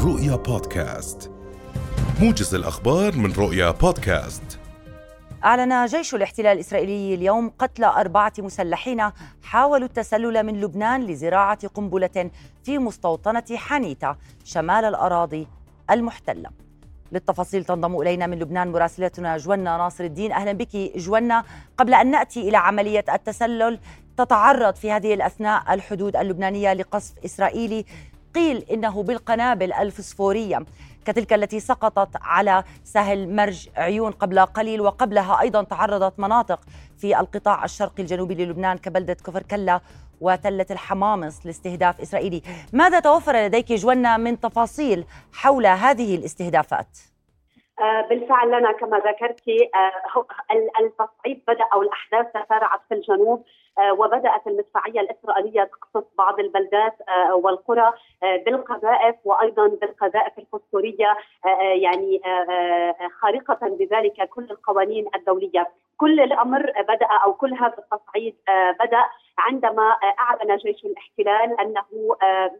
رؤيا بودكاست، موجز الأخبار من رؤيا بودكاست. أعلن جيش الاحتلال الإسرائيلي اليوم قتل 4 مسلحين حاولوا التسلل من لبنان لزراعة قنبلة في مستوطنة حنيتة شمال الأراضي المحتلة. للتفاصيل تنضم إلينا من لبنان مراسلتنا جوانا ناصر الدين. أهلا بك جوانا. قبل أن نأتي إلى عملية التسلل، تتعرض في هذه الأثناء الحدود اللبنانية لقصف إسرائيلي قيل إنه بالقنابل الفسفورية كتلك التي سقطت على سهل مرج عيون قبل قليل، وقبلها أيضا تعرضت مناطق في القطاع الشرقي الجنوبي للبنان كبلدة كفر كلا وتلة الحمامص لاستهداف إسرائيلي. ماذا توفر لديك جوانا من تفاصيل حول هذه الاستهدافات؟ بالفعل لنا كما ذكرتي التصعيد بدأ أو الأحداث تسارعت في الجنوب، وبدأت المدفعية الإسرائيلية تقصف بعض البلدات والقرى بالقذائف وأيضا بالقذائف الفسفورية، يعني خارقة بذلك كل القوانين الدولية. كل الأمر بدأ أو كل هذا التصعيد بدأ عندما أعلن جيش الاحتلال أنه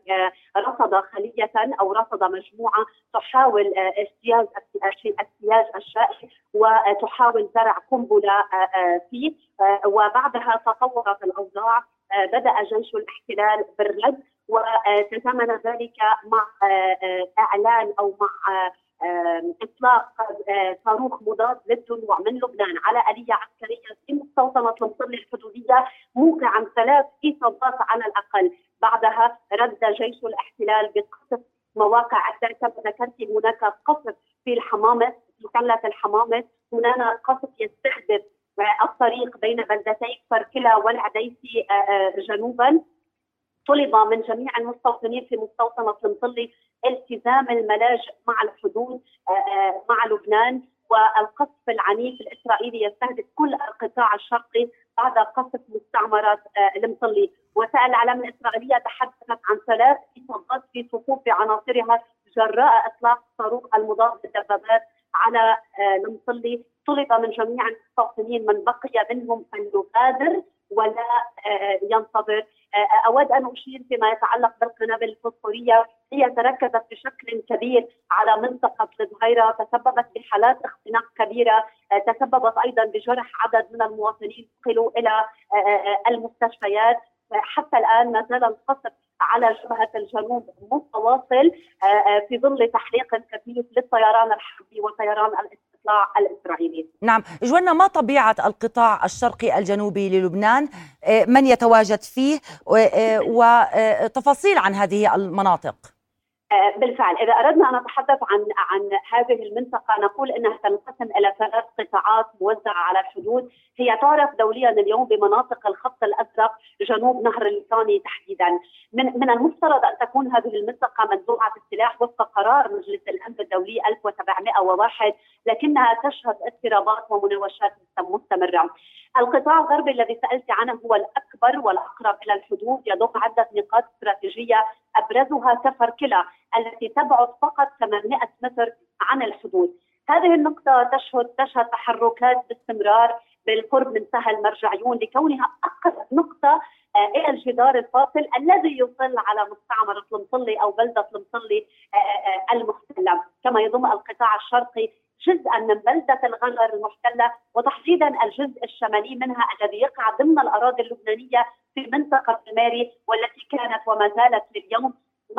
رصد خلية أو رصد مجموعة تحاول اجتياز السياج الشائك وتحاول زرع قنبلة فيه، وبعدها تطورت الأوضاع. بدأ جيش الاحتلال بالرد، وتزامن ذلك مع إعلان أو مع إطلاق صاروخ مضاد للدروع من لبنان على آلية عسكرية في مستوطنة المطلة الحدودية، موقعا 3 إصابات على الأقل. بعدها رد جيش الاحتلال بقصف مواقع كما ذكرت. هناك قصف في الحمامص، في تلة الحمامص، هناك قصف يستهدف الطريق بين بلدتي كفر كلا والعديسي جنوبا. طلب من جميع المستوطنين في مستوطنة المطلة التزام الملاجئ مع الحدود مع لبنان، والقصف العنيف الإسرائيلي يستهدف كل القطاع الشرقي بعد قصف مستعمرات المطلة. وسائل الإعلام الإسرائيلية تحدثت عن 3 إصابات في صفوف عناصرها جراء إطلاق صاروخ المضاد للدبابات على المطلة. طلب من جميع المستوطنين من بقي منهم أن يغادر ولا ينتظر. أود أن أشير فيما يتعلق بالقنابل الفسفورية، هي تركزت بشكل كبير على منطقة الظهيرة، تسببت بحالات اختناق كبيرة، تسببت أيضا بجرح عدد من المواطنين نقلوا إلى المستشفيات. حتى الآن ما زال القصف على جبهة الجنوب متواصل في ظل تحريق كثيف للطيران الحربي وطيران الاستطلاع الإسرائيلي. نعم جوانا، ما طبيعة القطاع الشرقي الجنوبي للبنان؟ من يتواجد فيه؟ وتفاصيل عن هذه المناطق. بالفعل إذا أردنا أن نتحدث عن هذه المنطقة نقول أنها تنقسم إلى 3 قطاعات موزعة على الحدود. هي تعرف دوليا اليوم بمناطق الخط الأزرق جنوب نهر الليطاني تحديدا. من المفترض أن تكون هذه المنطقة منزوعة السلاح وفق قرار مجلس الأمن الدولي 1701، لكنها تشهد اضطرابات ومناوشات مستمرة. القطاع الغربي الذي سألت عنه هو الأكبر والأقرب إلى الحدود، يضم عدة نقاط استراتيجية أبرزها كفر كلا التي تبعد فقط 800 متر عن الحدود. هذه النقطة تشهد تحركات باستمرار بالقرب من سهل مرج عيون لكونها أقرب نقطة إلى الجدار الفاصل الذي يطل على مستعمرة المطلة أو بلدة المطلة المحتلة. كما يضم القطاع الشرقي جزءا من بلدة الغنر المحتلة، وتحديدا الجزء الشمالي منها الذي يقع ضمن الأراضي اللبنانية في منطقة الماري، والتي كانت وما زالت لليوم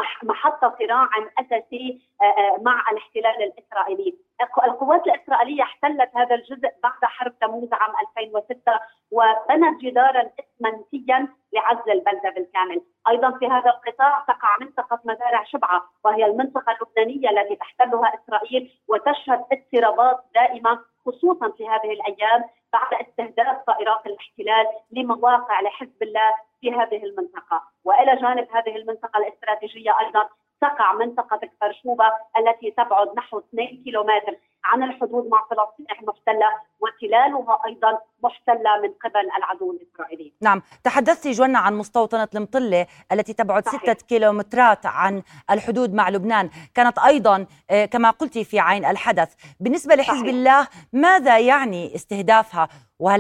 محط صراع أساسي مع الاحتلال الإسرائيلي. القوات الإسرائيلية احتلت هذا الجزء بعد حرب تموز عام 2006 وبنت جدارا إسمنتيا لعزل البلدة بالكامل. أيضا في هذا القطاع تقع منطقة مزارع شبعة، وهي المنطقة اللبنانية التي تحتلها إسرائيل وتشهد اضطرابات دائمة خصوصا في هذه الأيام بعد استهداف طائرات الاحتلال لمواقع لحزب الله في هذه المنطقة. وإلى جانب هذه المنطقة الاستراتيجية أيضا تقع منطقة كفر شوبة التي تبعد نحو 2 كيلومتر عن الحدود مع فلسطين المحتلة، وتلالها أيضا محتلة من قبل العدو الإسرائيلي. نعم، تحدثتي جوانا عن مستوطنة المطلة التي تبعد 6 كيلومترات عن الحدود مع لبنان، كانت أيضا كما قلتي في عين الحدث. بالنسبة لحزب الله ماذا يعني استهدافها؟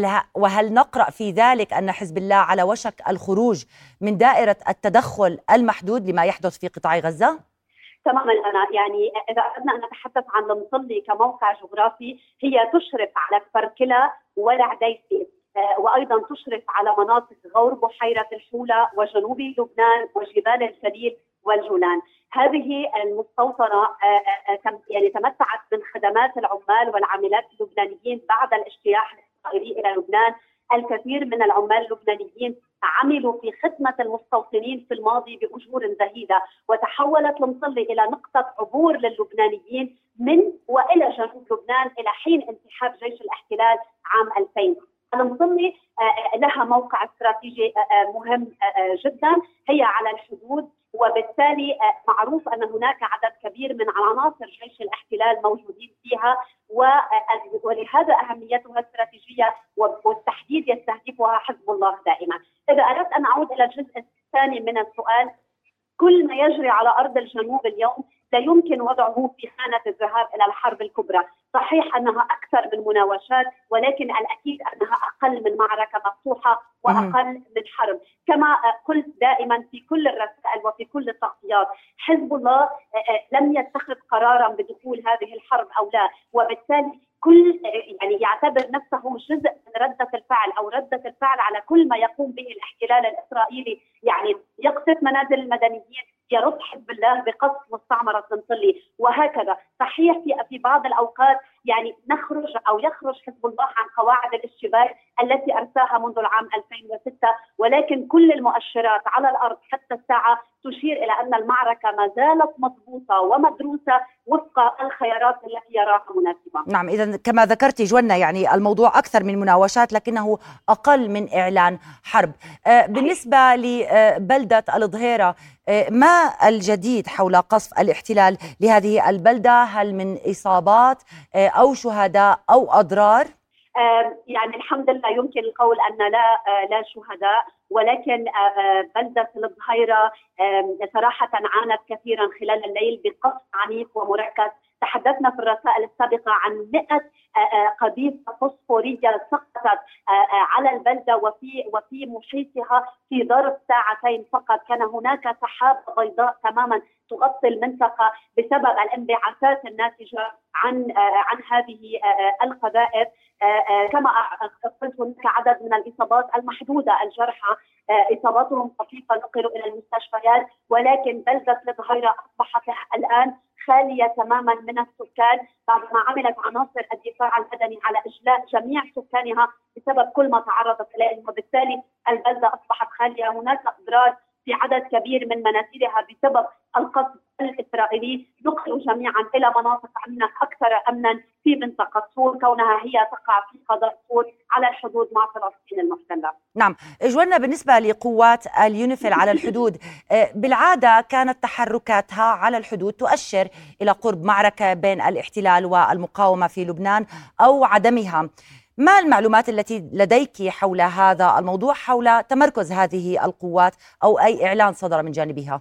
وهل نقرأ في ذلك أن حزب الله على وشك الخروج من دائرة التدخل المحدود لما يحدث في قطاع غزة؟ تماما. أنا يعني إذا أردنا أن نتحدث عن المصلي كموقع جغرافي، هي تشرف على فركلة والعديسي، وأيضا تشرف على مناطق غور بحيرة الحولة وجنوب لبنان وجبال الجليل والجولان. هذه المستوطنة يعني تمتعت من خدمات العمال والعاملات اللبنانيين بعد الاجتياح الإسرائيلي إلى لبنان. الكثير من العمال اللبنانيين عملوا في خدمة المستوطنين في الماضي بأجور زهيدة، وتحولت المصلي إلى نقطة عبور للبنانيين من وإلى جنوب لبنان إلى حين انسحاب جيش الاحتلال عام 2000. المصلي لها موقع استراتيجي مهم جدا، هي على الحدود، وبالتالي معروف أن هناك عدد كبير من عناصر جيش الاحتلال موجودين فيها، ولهذا أهميتها استراتيجية، والتحديد يستهدفها حزب الله دائما. إذا أردت أن أعود إلى الجزء الثاني من السؤال، كل ما يجري على أرض الجنوب اليوم لا يمكن وضعه في خانة الذهاب إلى الحرب الكبرى. صحيح أنها أكثر من مناوشات، ولكن الأكيد أنها أقل من معركة مفتوحة وأقل من حرب. كما قلت دائما في كل الرسائل وفي كل التغطيات، حزب الله لم يتخذ قرارا بدخول هذه الحرب أو لا، وبالتالي كل يعني يعتبر نفسه جزء من ردة الفعل أو ردة الفعل على كل ما يقوم به الاحتلال الإسرائيلي، يعني يقصف منازل المدنيين، يرد حزب الله بقصف مستعمرة المصلي، وهكذا. صحيح في بعض الأوقات يعني يخرج حزب الله عن قواعد الاشتباك التي أرساها منذ العام 2006، ولكن كل المؤشرات على الأرض حتى الساعة تشير إلى أن المعركة ما زالت مضبوطة ومدروسة وفق الخيارات التي يراها مناسبة. نعم، إذا كما ذكرتي جوانا يعني الموضوع أكثر من مناوشات لكنه أقل من إعلان حرب. بالنسبة لبلدة الظهيرة، ما الجديد حول قصف الاحتلال لهذه البلدة؟ هل من إصابات أو شهداء أو أضرار؟ يعني الحمد لله يمكن القول أن لا شهداء، ولكن بلدة الظهيرة صراحة عانت كثيرا خلال الليل بقصف عنيف ومركز. تحدثنا في الرسائل السابقة عن 100 قذيفة فوسفورية سقطت على البلدة وفي محيطها في ظرف ساعتين فقط. كان هناك سحاب بيضاء تماما تغطي المنطقة بسبب الانبعاثات الناتجة عن هذه القذائف. كما قلت هناك عدد من الإصابات المحدودة، الجرحى إصاباتهم خفيفة نقلوا إلى المستشفيات، ولكن بلدة الظهيرة أصبحت الآن خالية تماما من السكان بعدما عملت عناصر الدفاع المدني على إجلاء جميع سكانها بسبب كل ما تعرضت إليه، وبالتالي البلدة أصبحت خالية. هناك أضرار في عدد كبير من منازلها بسبب القصف الإسرائيلي، نقلوا جميعا إلى مناطق أمنة أكثر أمنا في منطقة سور، كونها هي تقع في قضاء سور على الحدود مع فلسطين المحتلة. نعم، جوانا بالنسبة لقوات اليونيفيل على الحدود، بالعادة كانت تحركاتها على الحدود تؤشر إلى قرب معركة بين الاحتلال والمقاومة في لبنان أو عدمها. ما المعلومات التي لديك حول هذا الموضوع، حول تمركز هذه القوات أو أي إعلان صدر من جانبها؟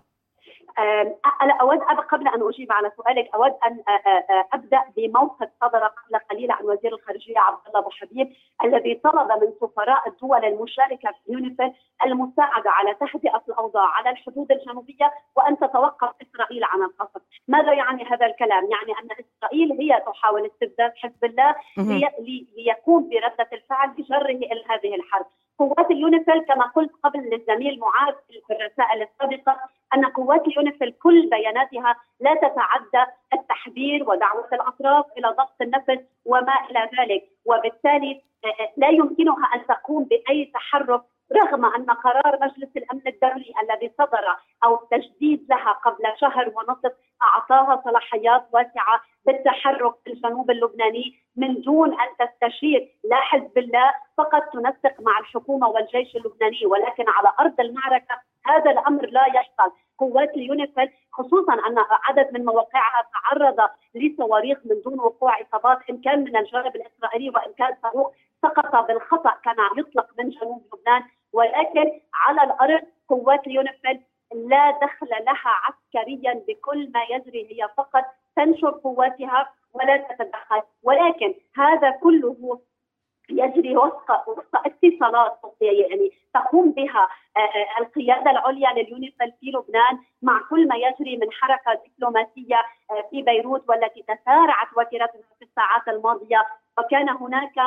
أود قبل أن أجيب على سؤالك أود أن أبدأ بموقف صدر قبل قليل عن وزير الخارجية عبد الله أبو حبيب، الذي طلب من سفراء الدول المشاركة في يونيفيل المساعدة على تهدئة الأوضاع على الحدود الجنوبية وأن تتوقف إسرائيل عن القصف. ماذا يعني هذا الكلام؟ يعني أن إسرائيل هي تحاول استفزاز حزب الله ليقوم بردة الفعل بجره إلى هذه الحرب. قوات اليونيفيل كما قلت قبل للزميل معاذ في الرسائل السابقة أن قوات اليونيفيل كل بياناتها لا تتعدى التحذير ودعوة الأطراف إلى ضبط النفس وما إلى ذلك، وبالتالي لا يمكنها أن تقوم بأي تحرك، رغم أن قرار مجلس الأمن الدولي الذي صدر أو تجديد لها قبل شهر ونصف أعطاها صلاحيات واسعة بالتحرك في الجنوب اللبناني من دون أن تستشير لا حزب الله، فقط تنسق مع الحكومة والجيش اللبناني، ولكن على أرض المعركة هذا الأمر لا يحصل. قوات اليونيفيل خصوصا أن عدد من مواقعها تعرض لصواريخ من دون وقوع إصابات، إن كان من الجانب الإسرائيلي وإن كان صاروخ سقط بالخطأ كان يطلق من جنوب لبنان، ولكن على الأرض قوات اليونيفيل لا دخل لها عسكريا بكل ما يجري، هي فقط تنشر قواتها ولا تتدخل. ولكن هذا كله يجري وسط اتصالات يعني تقوم بها القيادة العليا لليونيفيل في لبنان مع كل ما يجري من حركة دبلوماسية في بيروت والتي تسارعت وتيرتها في الساعات الماضية. وكان هناك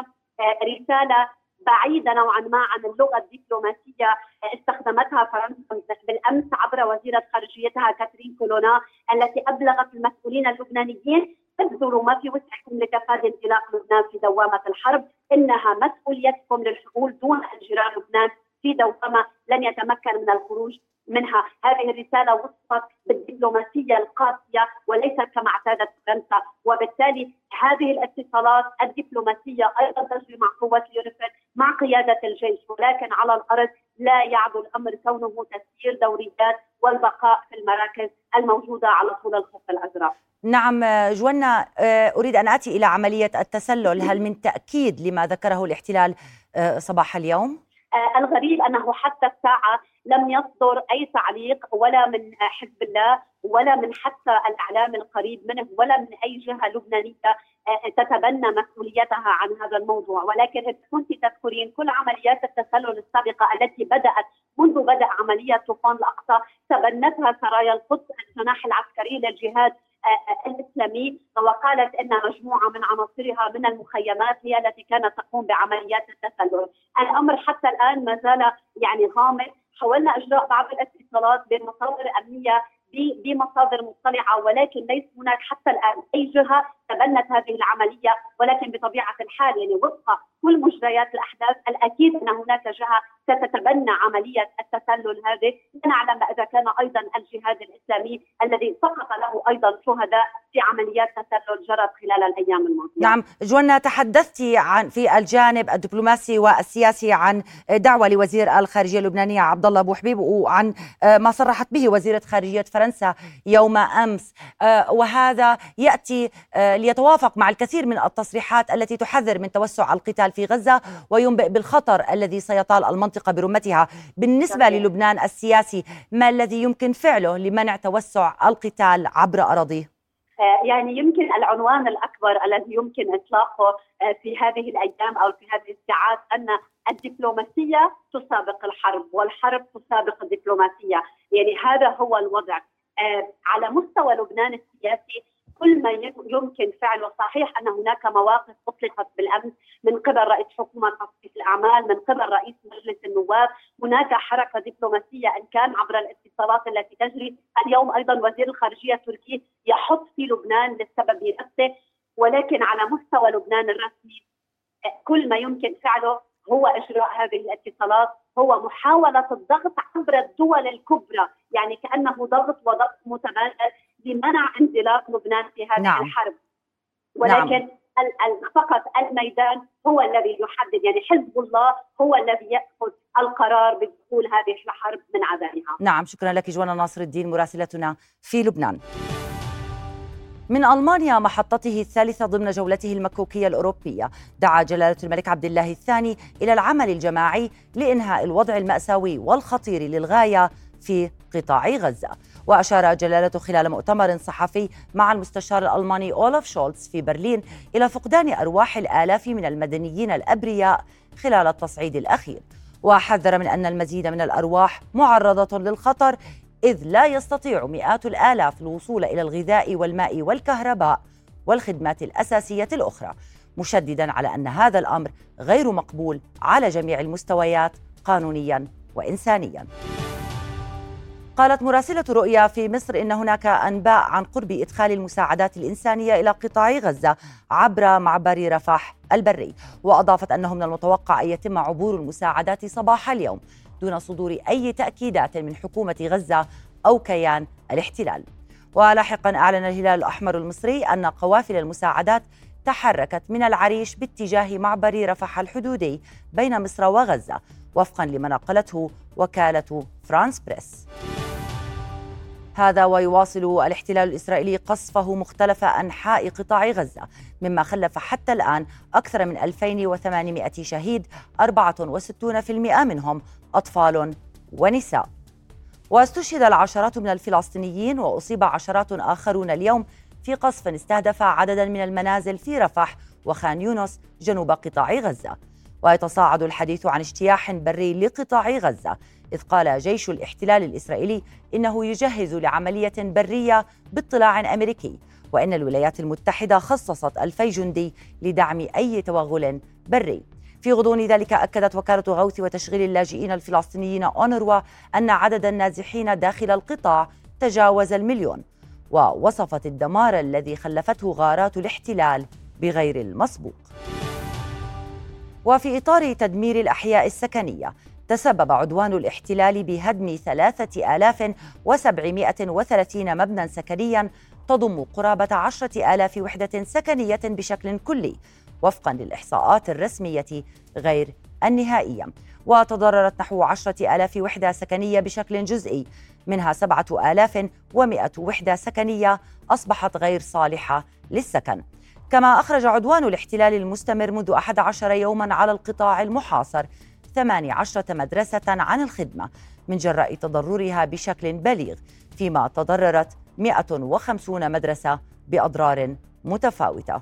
رسالة بعيدة نوعا ما عن اللغة الدبلوماسية استخدمتها فرنسا بالأمس عبر وزيرة خارجيتها كاترين كولونا، التي أبلغت المسؤولين اللبنانيين ابذلوا ما في وسعكم لتفادي انطلاق لبنان في دوامة الحرب، إنها مسؤوليتكم للحلول دون انجرار لبنان في دوامة لن يتمكن من الخروج منها. هذه الرسالة وصفت بالدبلوماسية القاسية وليست كما اعتادت فرنسا، وبالتالي هذه الاتصالات الدبلوماسية أيضا تجري مع قوات اليونيفيل مع قيادة الجيش، ولكن على الأرض لا يعدو الأمر كونه تسيير دوريات والبقاء في المراكز الموجودة على طول الخط الأزرق. نعم جوانا، أريد أن آتي إلى عملية التسلل. هل من تأكيد لما ذكره الاحتلال صباح اليوم؟ الغريب أنه حتى الساعة لم يصدر أي تعليق ولا من حزب الله ولا من حتى الإعلام القريب منه ولا من أي جهة لبنانية تتبنى مسؤوليتها عن هذا الموضوع. ولكن إذا كنت تذكرين كل عمليات التسلل السابقة التي بدأت منذ بدء عملية طوفان الأقصى تبنتها سرايا القدس الجناح العسكري للجهاد الإسلامي، وقالت أن مجموعة من عناصرها من المخيمات هي التي كانت تقوم بعمليات التسلل. الأمر حتى الآن ما زال يعني غامض. حاولنا إجراء بعض الاتصالات بمصادر أمنية بمصادر مطلعة، ولكن ليس هناك حتى الآن أي جهة تبنت هذه العملية. ولكن بطبيعة الحال يعني وفق كل مجريات الأحداث الأكيد أن هناك جهة ستتبنى عملية التسلل هذه. لا نعلم إذا كان أيضا الجهاد الإسلامي الذي سقط له أيضا شهداء في عمليات تسلل جرت خلال الأيام الماضية. نعم جوانا، تحدثتي عن في الجانب الدبلوماسي والسياسي عن دعوة لوزير الخارجية اللبنانية عبد الله أبو حبيب وعن ما صرحت به وزيرة خارجية فرنسا يوم أمس، وهذا يأتي ليتوافق مع الكثير من التصريحات التي تحذر من توسع القتال في غزة وينبئ بالخطر الذي سيطال المنطقة برمتها. بالنسبة للبنان السياسي، ما الذي يمكن فعله لمنع توسع القتال عبر أراضيه؟ يعني يمكن العنوان الأكبر الذي يمكن إطلاقه في هذه الأيام أو في هذه الساعات أن الدبلوماسية تسابق الحرب والحرب تسابق الدبلوماسية. يعني هذا هو الوضع على مستوى لبنان السياسي. كل ما يمكن فعله. صحيح أن هناك مواقف أطلقت بالأمس من قبل رئيس حكومة تصفية الأعمال، من قبل رئيس مجلس النواب، هناك حركة دبلوماسية إن كان عبر الاتصالات التي تجري. اليوم أيضا وزير الخارجية التركي يحط في لبنان للسبب نفسه. ولكن على مستوى لبنان الرسمي كل ما يمكن فعله هو إجراء هذه الاتصالات، هو محاولة الضغط عبر الدول الكبرى، يعني كأنه ضغط وضغط متبادل لمنع انزلاق لبنان في هذه الحرب. ولكن فقط الميدان هو الذي يحدد، يعني حزب الله هو الذي يأخذ القرار بدخول هذه الحرب من عدمها. نعم، شكرا لك جوانا ناصر الدين مراسلتنا في لبنان. من ألمانيا محطته الثالثة ضمن جولته المكوكية الأوروبية، دعا جلالة الملك عبد الله الثاني إلى العمل الجماعي لإنهاء الوضع المأساوي والخطير للغاية في قطاع غزة. وأشار جلالته خلال مؤتمر صحفي مع المستشار الألماني أولاف شولتز في برلين إلى فقدان أرواح الآلاف من المدنيين الأبرياء خلال التصعيد الأخير، وحذر من أن المزيد من الأرواح معرضة للخطر إذ لا يستطيع مئات الآلاف الوصول إلى الغذاء والماء والكهرباء والخدمات الأساسية الأخرى، مشدداً على أن هذا الأمر غير مقبول على جميع المستويات قانونياً وإنسانياً. قالت مراسلة رؤيا في مصر إن هناك أنباء عن قرب إدخال المساعدات الإنسانية إلى قطاع غزة عبر معبر رفح البري، وأضافت أنه من المتوقع أن يتم عبور المساعدات صباح اليوم دون صدور أي تأكيدات من حكومة غزة أو كيان الاحتلال. ولاحقا أعلن الهلال الأحمر المصري أن قوافل المساعدات تحركت من العريش باتجاه معبر رفح الحدودي بين مصر وغزة وفقا لما نقلته وكالة فرانس بريس. هذا ويواصل الاحتلال الإسرائيلي قصفه مختلف أنحاء قطاع غزة، مما خلف حتى الآن أكثر من 2800 شهيد، 64% منهم أطفال ونساء. واستشهد العشرات من الفلسطينيين وأصيب عشرات آخرون اليوم في قصف استهدف عددا من المنازل في رفح وخان يونس جنوب قطاع غزة. ويتصاعد الحديث عن اجتياح بري لقطاع غزة، إذ قال جيش الاحتلال الإسرائيلي إنه يجهز لعملية برية باطلاع أمريكي، وإن الولايات المتحدة خصصت 2000 جندي لدعم أي توغل بري. في غضون ذلك أكدت وكالة غوث وتشغيل اللاجئين الفلسطينيين أونروا أن عدد النازحين داخل القطاع تجاوز 1,000,000، ووصفت الدمار الذي خلفته غارات الاحتلال بغير المسبوق. وفي إطار تدمير الأحياء السكنية، تسبب عدوان الاحتلال بهدم 3730 مبنى سكنيا تضم قرابة 10,000 وحدة سكنية بشكل كلي وفقا للإحصاءات الرسمية غير النهائية. وتضررت نحو 10,000 وحدة سكنية بشكل جزئي، منها 7,100 وحدة سكنية أصبحت غير صالحة للسكن. كما أخرج عدوان الاحتلال المستمر منذ 11 يوما على القطاع المحاصر 18 مدرسة عن الخدمة من جراء تضررها بشكل بليغ، فيما تضررت 150 مدرسة بأضرار متفاوتة.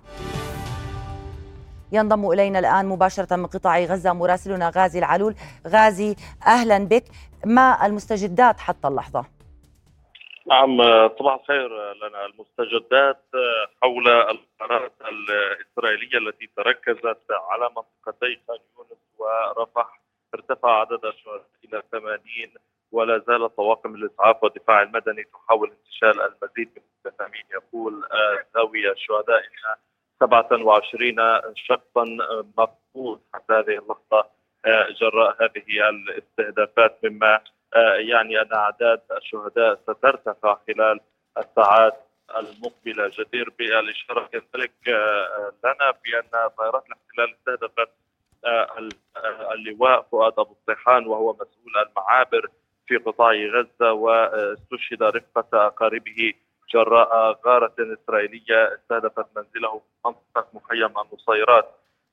ينضم إلينا الآن مباشرة من قطاع غزة مراسلنا غازي العلول. غازي، أهلا بك. ما المستجدات حتى اللحظة؟ نعم، صباح الخير. لنا المستجدات حول القرارات الإسرائيلية التي تركزت على منطقتي خان يونس ورفح. ارتفع عدد الشهداء إلى 80، ولا زال طواقم الإسعاف والدفاع المدني تحاول انتشال المزيد من المتهمين. يقول زاوية الشهداء إلى 27 شخصا مفقود حتى هذه اللحظة جراء هذه الاستهدافات، مما يعني أن أعداد الشهداء سترتفع خلال الساعات المقبلة. جدير بالإشارة كذلك لنا بأن طائرات الاحتلال استهدفت اللواء فؤاد أبو الطيحان وهو مسؤول المعابر في قطاع غزة، واستشهد رفقة أقاربه جراء غارة إسرائيلية استهدفت منزله في منطقة مخيم النصيرات.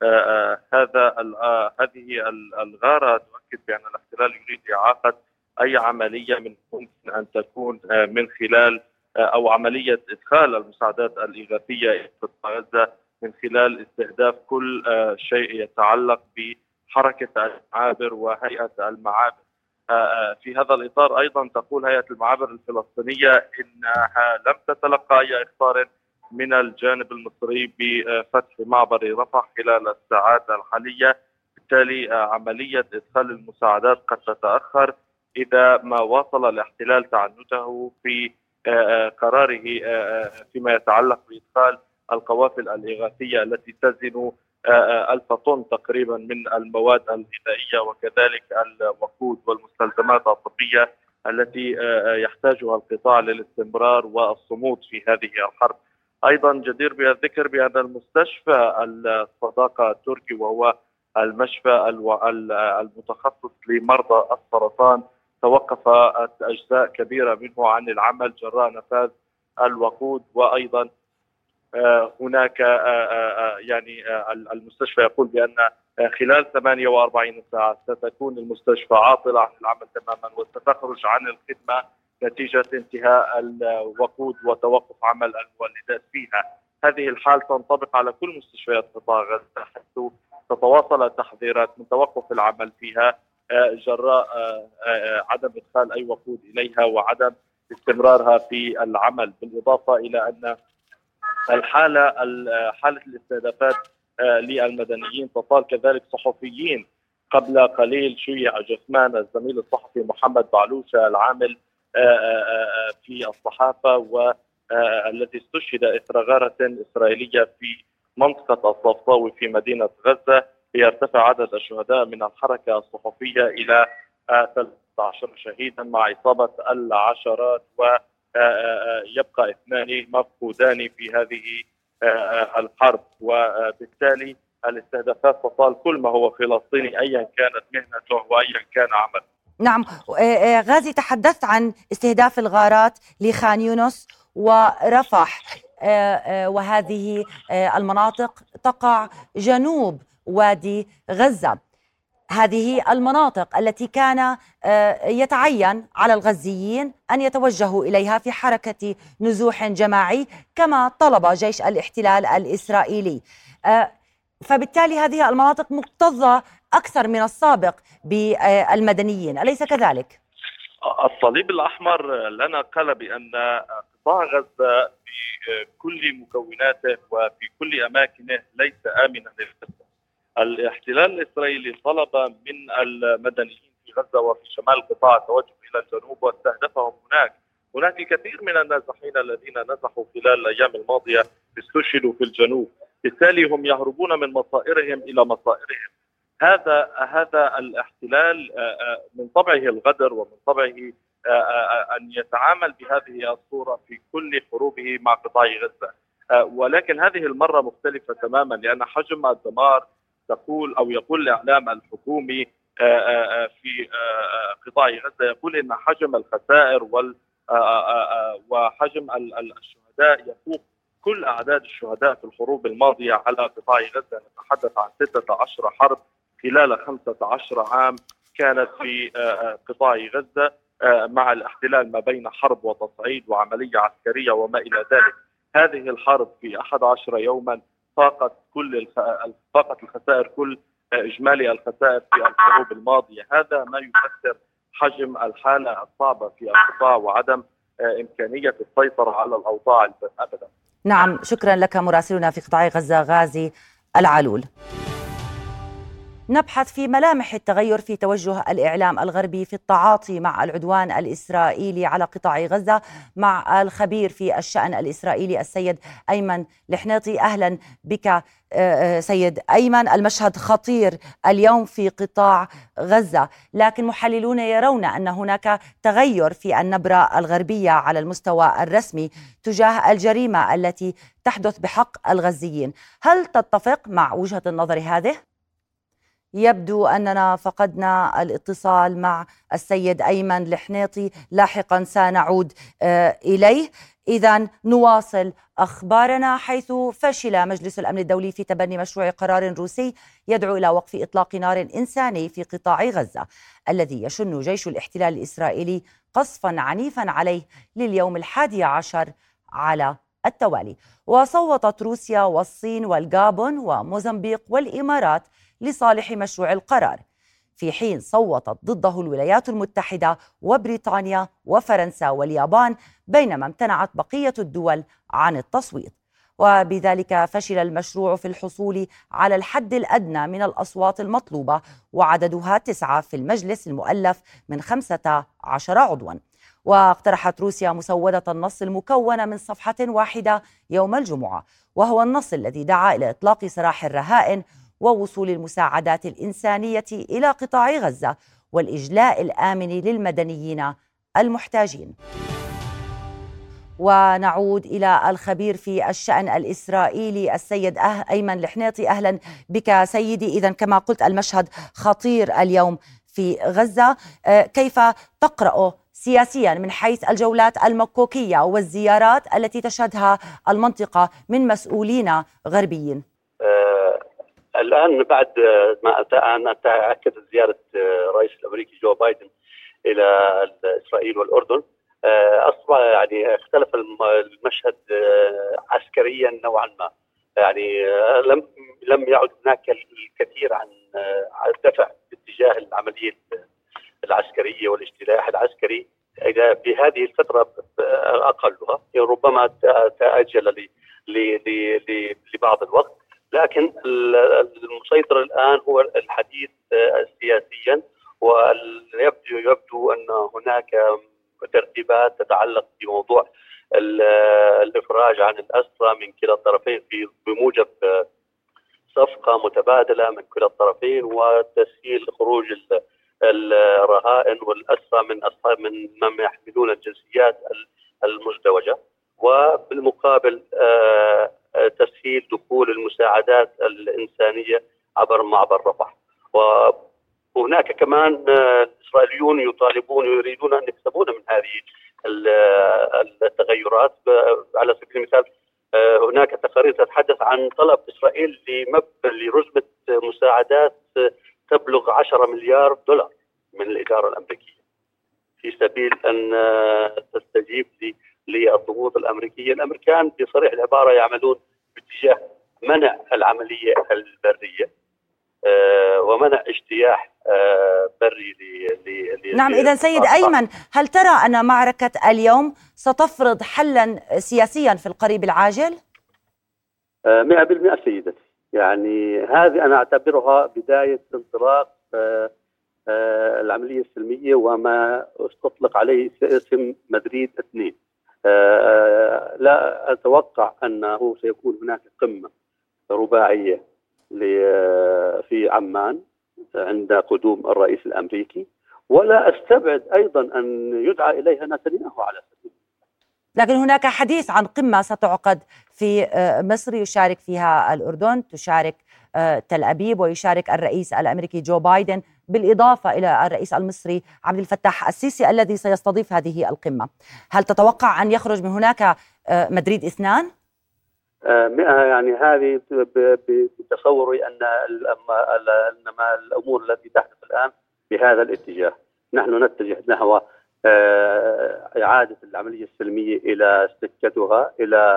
هذه الغارة تؤكد بأن الاحتلال يريد إعاقة أي عملية من ممكن أن تكون من خلال أو عملية إدخال المساعدات الإغاثية إلى قطاع غزة من خلال استهداف كل شيء يتعلق بحركة المعابر وهيئة المعابر. في هذا الإطار أيضا تقول هيئة المعابر الفلسطينية إنها لم تتلقى أي إخبار من الجانب المصري بفتح معبر رفح خلال الساعات الحالية، بالتالي عملية إدخال المساعدات قد تتأخر إذا ما واصل الاحتلال تعنته في قراره فيما يتعلق بإدخال القوافل الإغاثية التي تزن 1000 طن تقريبا من المواد الغذائية وكذلك الوقود والمستلزمات الطبية التي يحتاجها القطاع للاستمرار والصمود في هذه الحرب. أيضا جدير بالذكر بأن المستشفى الصداقة التركي وهو المشفى المتخصص لمرضى السرطان توقفت أجزاء كبيرة منه عن العمل جراء نفاذ الوقود. وأيضا هناك يعني المستشفى يقول بأن خلال 48 ساعة ستكون المستشفى عاطلة عن العمل تماما وستخرج عن الخدمة نتيجة انتهاء الوقود وتوقف عمل المولدات فيها. هذه الحال تنطبق على كل مستشفيات قطاع غزة، حيث تتواصل التحذيرات من توقف العمل فيها جراء عدم إدخال أي وقود إليها وعدم استمرارها في العمل. بالإضافة إلى أن حالة الاستهدافات للمدنيين تطال كذلك صحفيين. قبل قليل شيع جثمان الزميل الصحفي محمد بعلوشة العامل في الصحافة والذي استشهد إثر غارة إسرائيلية في منطقة الصفصاوي في مدينة غزة، ليرتفع عدد الشهداء من الحركة الصحفية إلى 13 شهيدا مع إصابة العشرات، ويبقى 2 مفقودان في هذه الحرب. وبالتالي الاستهدافات تطال كل ما هو فلسطيني أيا كانت مهنته وأيا كان عمله. نعم غازي، تحدثت عن استهداف الغارات لخان يونس ورفح، وهذه المناطق تقع جنوب وادي غزة. هذه المناطق التي كان يتعين على الغزيين أن يتوجهوا إليها في حركة نزوح جماعي كما طلب جيش الاحتلال الإسرائيلي. فبالتالي هذه المناطق مكتظة أكثر من السابق بالمدنيين، أليس كذلك؟ الصليب الأحمر لنا قال بأن قطاع غزة بكل مكوناته وفي كل أماكنه ليس آمنا للغزة. الاحتلال الإسرائيلي طلب من المدنيين في غزة وفي شمال قطاع التوجه إلى الجنوب واستهدفهم هناك الكثير من النازحين الذين نزحوا خلال الأيام الماضية استشهدوا في الجنوب، بالتالي هم يهربون من مصائرهم إلى مصائرهم. هذا الاحتلال من طبعه الغدر ومن طبعه أن يتعامل بهذه الصورة في كل حروبه مع قطاع غزة، ولكن هذه المرة مختلفة تماما، لأن حجم الدمار يقول الإعلام الحكومي في قطاع غزة يقول إن حجم الخسائر وحجم الشهداء يفوق كل أعداد الشهداء في الحروب الماضية على قطاع غزة. نتحدث عن 16 حرب خلال 15 عام كانت في قطاع غزة مع الاحتلال، ما بين حرب وتصعيد وعملية عسكرية وما إلى ذلك. هذه الحرب في 11 يوما فاقت الخسائر، كل إجمالي الخسائر في الحروب الماضية. هذا ما يفسر حجم الحالة الصعبة في القطاع وعدم إمكانية السيطرة على الأوضاع أبدا. نعم، شكرا لك مراسلنا في قطاع غزة غازي العلول. نبحث في ملامح التغير في توجه الإعلام الغربي في التعاطي مع العدوان الإسرائيلي على قطاع غزة مع الخبير في الشأن الإسرائيلي السيد أيمن الحنيطي. أهلا بك سيد أيمن. المشهد خطير اليوم في قطاع غزة، لكن محللون يرون أن هناك تغير في النبرة الغربية على المستوى الرسمي تجاه الجريمة التي تحدث بحق الغزيين. هل تتفق مع وجهة النظر هذه؟ يبدو أننا فقدنا الاتصال مع السيد أيمن الحنيطي، لاحقا سنعود إليه. إذن نواصل أخبارنا، حيث فشل مجلس الأمن الدولي في تبني مشروع قرار روسي يدعو إلى وقف إطلاق نار إنساني في قطاع غزة الذي يشن جيش الاحتلال الإسرائيلي قصفا عنيفا عليه لليوم 11 على التوالي. وصوتت روسيا والصين والغابون وموزمبيق والإمارات لصالح مشروع القرار، في حين صوتت ضده الولايات المتحدة وبريطانيا وفرنسا واليابان، بينما امتنعت بقية الدول عن التصويت. وبذلك فشل المشروع في الحصول على الحد الأدنى من الأصوات المطلوبة، وعددها 9 في المجلس المؤلف من 15 عضوا. واقترحت روسيا مسودة النص المكونة من صفحة واحدة يوم الجمعة، وهو النص الذي دعا إلى إطلاق سراح الرهائن ووصول المساعدات الإنسانية إلى قطاع غزة والإجلاء الآمن للمدنيين المحتاجين. ونعود إلى الخبير في الشأن الإسرائيلي السيد أيمن الحنيطي. أهلا بك سيدي. إذن كما قلت المشهد خطير اليوم في غزة، كيف تقرأ سياسيا من حيث الجولات المكوكية والزيارات التي تشهدها المنطقة من مسؤولين غربيين؟ الآن بعد ما تأكد زيارة الرئيس الأمريكي جو بايدن إلى إسرائيل والأردن، أصبح يعني اختلف المشهد عسكريا نوعا ما. يعني لم يعد هناك الكثير عن الدفع باتجاه العملية العسكرية والاجتلاح العسكري. إذا في هذه الفترة أقلها ربما تأجل لبعض الوقت، لكن المسيطر الآن هو الحديث سياسيا، ويبدو أن هناك ترتيبات تتعلق بموضوع الإفراج عن الأسرى من كلا الطرفين بموجب صفقة متبادلة من كلا الطرفين، وتسهيل خروج الرهائن والأسرى من يحملون الجنسيات المزدوجة، وبالمقابل تسهيل دخول المساعدات الإنسانية عبر معبر رفح. وهناك كمان الإسرائيليون يريدون أن يكسبون من هذه التغيرات. على سبيل المثال هناك تقارير تتحدث عن طلب إسرائيل لرزمة مساعدات تبلغ 10 مليار دولار من الإدارة الأمريكية في سبيل أن تستجيب للضغوط الأمريكية. الأمريكان بصريح العبارة يعملون باتجاه منع العملية البرية ومنع اجتياح بري نعم. إذا سيد أيمن، هل ترى أن معركة اليوم ستفرض حلا سياسيا في القريب العاجل؟ 100% سيدتي. يعني هذه أنا أعتبرها بداية انطلاق العملية السلمية وما استطلق عليه اسم مدريد 2. لا أتوقع أنه سيكون هناك قمة رباعية في عمان عند قدوم الرئيس الأمريكي، ولا أستبعد أيضا أن يدعى إليها نتنياهو على سبيل. لكن هناك حديث عن قمة ستعقد في مصر يشارك فيها الأردن، تشارك تل أبيب، ويشارك الرئيس الأمريكي جو بايدن، بالإضافة إلى الرئيس المصري عبد الفتاح السيسي الذي سيستضيف هذه القمة. هل تتوقع أن يخرج من هناك مدريد 2؟ يعني هذه بتصوري أن الأمور التي تحدث الآن بهذا الاتجاه. نحن نتجه نحو إعادة العملية السلمية إلى سكتها،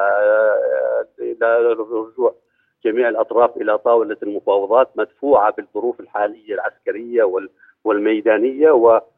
إلى رجوع جميع الأطراف إلى طاولة المفاوضات مدفوعة بالظروف الحالية العسكرية والميدانية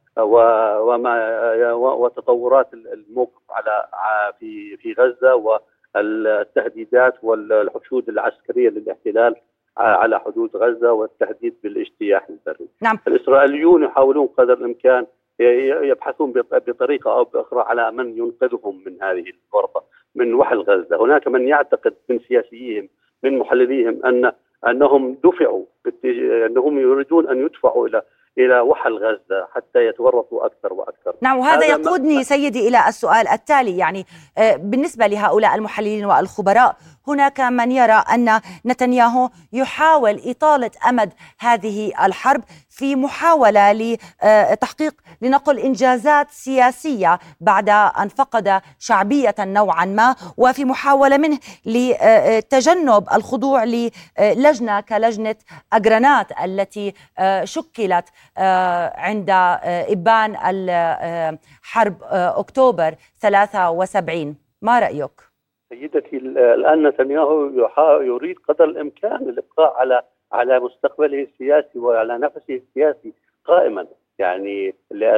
وتطورات الموقف في غزة والتهديدات والحشود العسكرية للاحتلال على حدود غزة والتهديد بالاجتياح البري. نعم. الإسرائيليون يحاولون قدر الإمكان يبحثون بطريقة أو بأخرى على من ينقذهم من هذه الورطة، من وحل غزة. هناك من يعتقد من سياسيين من محلليهم أنهم دفعوا، أنهم يريدون أن يدفعوا إلى وحل غزة حتى يتورطوا أكثر وأكثر. نعم. وهذا يقودني سيدي إلى السؤال التالي، يعني بالنسبة لهؤلاء المحللين والخبراء، هناك من يرى أن نتنياهو يحاول إطالة أمد هذه الحرب في محاولة لتحقيق لنقل إنجازات سياسية بعد أن فقد شعبية نوعا ما، وفي محاولة منه لتجنب الخضوع للجنة كلجنة أجرانات التي شكلت عند إبان الحرب أكتوبر 73. ما رأيك؟ سيدتي، الآن نتنياهو يريد قدر الإمكان الإبقاء على مستقبله السياسي وعلى نفسه السياسي قائما. يعني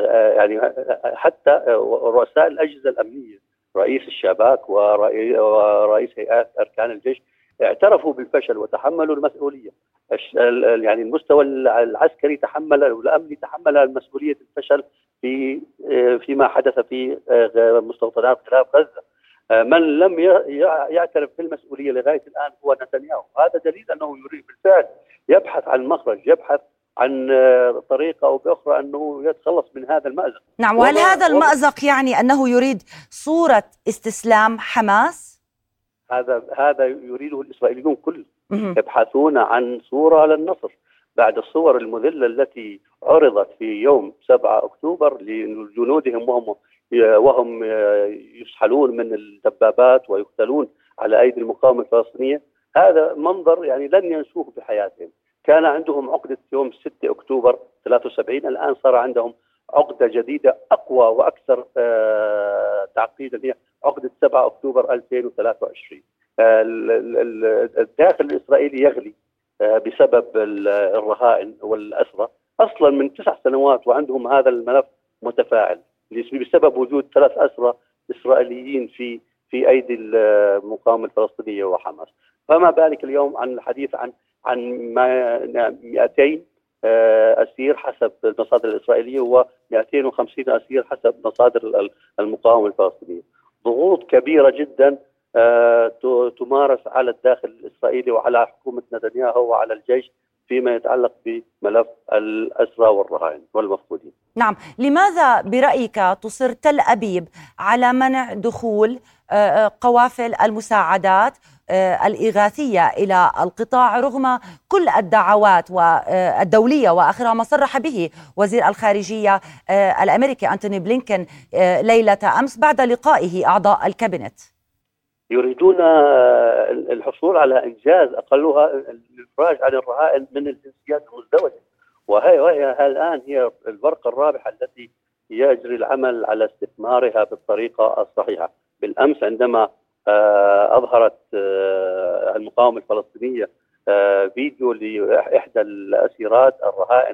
حتى رؤساء الأجهزة الأمنية، رئيس الشباك ورئيس هيئات أركان الجيش، اعترفوا بالفشل وتحملوا المسؤولية. يعني المستوى العسكري تحمل والأمني تحمل مسؤولية الفشل فيما حدث في مستوطنات خلاف غزة. من لم يعترف بالمسؤولية لغاية الآن هو نتنياهو. هذا دليل أنه يريد بالفعل يبحث عن مخرج، يبحث عن طريقة أو بأخرى أنه يتخلص من هذا المأزق. نعم. وهل هذا المأزق يعني أنه يريد صورة استسلام حماس؟ هذا يريده الإسرائيليون كلهم. يبحثون عن صورة للنصر بعد الصور المذلة التي عرضت في يوم 7 أكتوبر لجنودهم وهم يسحلون من الدبابات ويقتلون على أيدي المقاومة الفلسطينية. هذا منظر يعني لن ينسوه بحياتهم. كان عندهم عقدة يوم 6 أكتوبر 73، الآن صار عندهم عقدة جديدة أقوى وأكثر تعقيدا، هي عقدة 7 أكتوبر 2023. الداخل الإسرائيلي يغلي بسبب الرهائن والأسرى أصلا من 9 سنوات، وعندهم هذا الملف متفاعل بسبب وجود 3 أسرى إسرائيليين في أيدي المقاومة الفلسطينية وحماس. فما بالك اليوم عن الحديث عن 200 أسير حسب المصادر الإسرائيلية و250 أسير حسب مصادر المقاومة الفلسطينية. ضغوط كبيرة جدا تمارس على الداخل الإسرائيلي وعلى حكومة نتنياهو وعلى الجيش فيما يتعلق بملف الأسرى والرهائن والمفقودين. نعم. لماذا برأيك تصر تل أبيب على منع دخول قوافل المساعدات الإغاثية إلى القطاع رغم كل الدعوات الدولية وآخرها ما صرح به وزير الخارجية الأمريكي أنتوني بلينكن ليلة أمس بعد لقائه أعضاء الكابينت؟ يريدون الحصول على إنجاز أقلها الإفراج عن الرهائن من الجنسيات المزدوجة، وهي الآن هي الورقة الرابحة التي يجري العمل على استثمارها بالطريقة الصحيحة. بالأمس عندما أظهرت المقاومة الفلسطينية فيديو لإحدى الأسيرات الرهائن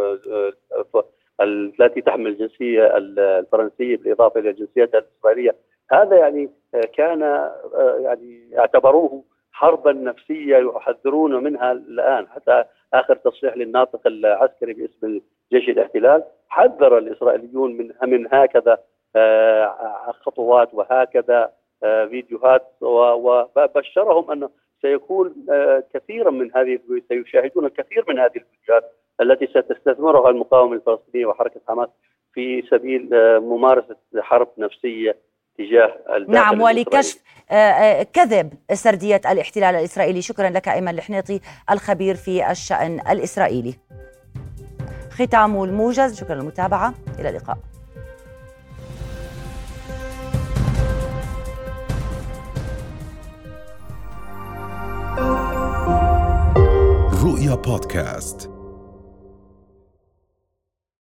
التي تحمل الجنسية الفرنسية بالإضافة إلى جنسيتها الإسرائيلية. هذا يعني كان يعني اعتبروه حربا نفسية يحذرون منها الآن. حتى آخر تصريح للناطق العسكري باسم جيش الاحتلال حذر الإسرائيليون من هكذا خطوات وهكذا فيديوهات، وبشرهم أنه سيكون كثيرا من هذه، سيشاهدون الكثير من هذه الفيديوهات التي ستستثمرها المقاومة الفلسطينية وحركة حماس في سبيل ممارسة حرب نفسية تجاه الداخل. نعم، ولكشف كذب سردية الاحتلال الإسرائيلي. شكرا لك أيمن الحنيطي الخبير في الشأن الإسرائيلي. ختام الموجز، شكرا للمتابعة، إلى اللقاء. رؤيا بودكاست.